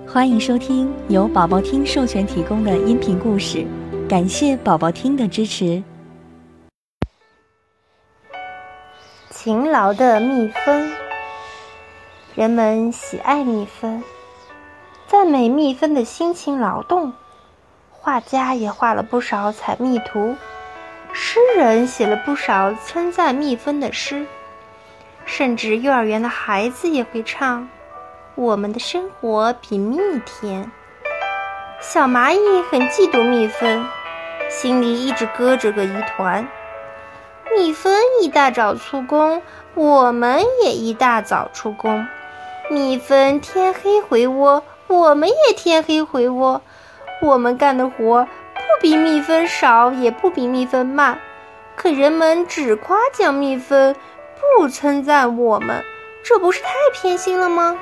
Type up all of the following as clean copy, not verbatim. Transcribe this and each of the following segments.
欢迎收听由宝宝听授权提供的音频故事，感谢宝宝听的支持。 勤劳的蜜蜂。人们喜爱蜜蜂，赞美蜜蜂的辛勤劳动，画家也画了不少采蜜图，诗人写了不少称赞蜜蜂的诗，甚至幼儿园的孩子也会唱我们的生活比蜜甜。小蚂蚁很嫉妒蜜蜂，心里一直咯着个一团。蜜蜂一大早出工，我们也一大早出工。蜜蜂天黑回窝，我们也天黑回窝。我们干的活不比蜜蜂少，也不比蜜蜂慢，可人们只夸奖蜜蜂，不称赞我们，这不是太偏心了吗？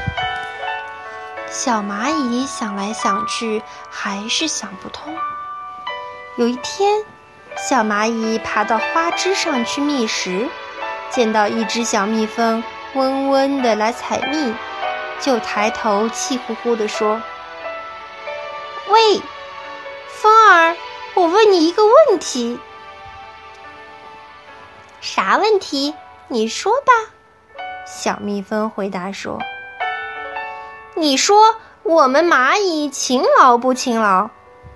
小蚂蚁想来想去，还是想不通。有一天，小蚂蚁爬到花枝上去觅食，见到一只小蜜蜂嗡嗡地来采蜜，就抬头气呼呼地说：喂，蜂儿，我问你一个问题。啥问题？你说吧。小蜜蜂回答说：你说我们蚂蚁勤劳不勤劳？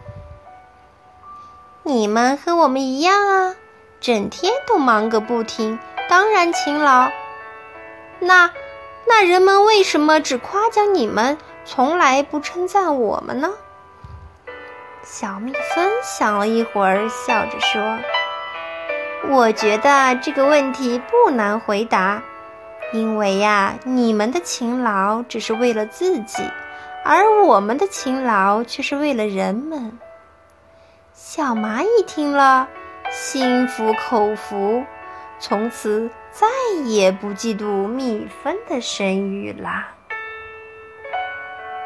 你们和我们一样啊，整天都忙个不停，当然勤劳。那人们为什么只夸奖你们，从来不称赞我们呢？小蜜蜂想了一会儿，笑着说：我觉得这个问题不难回答，因为呀，你们的勤劳只是为了自己，而我们的勤劳却是为了人们。小蚂蚁听了，心服口服，从此再也不嫉妒蜜蜂的生育啦。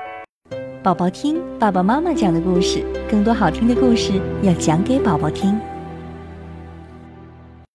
宝宝听爸爸妈妈讲的故事，更多好听的故事要讲给宝宝听。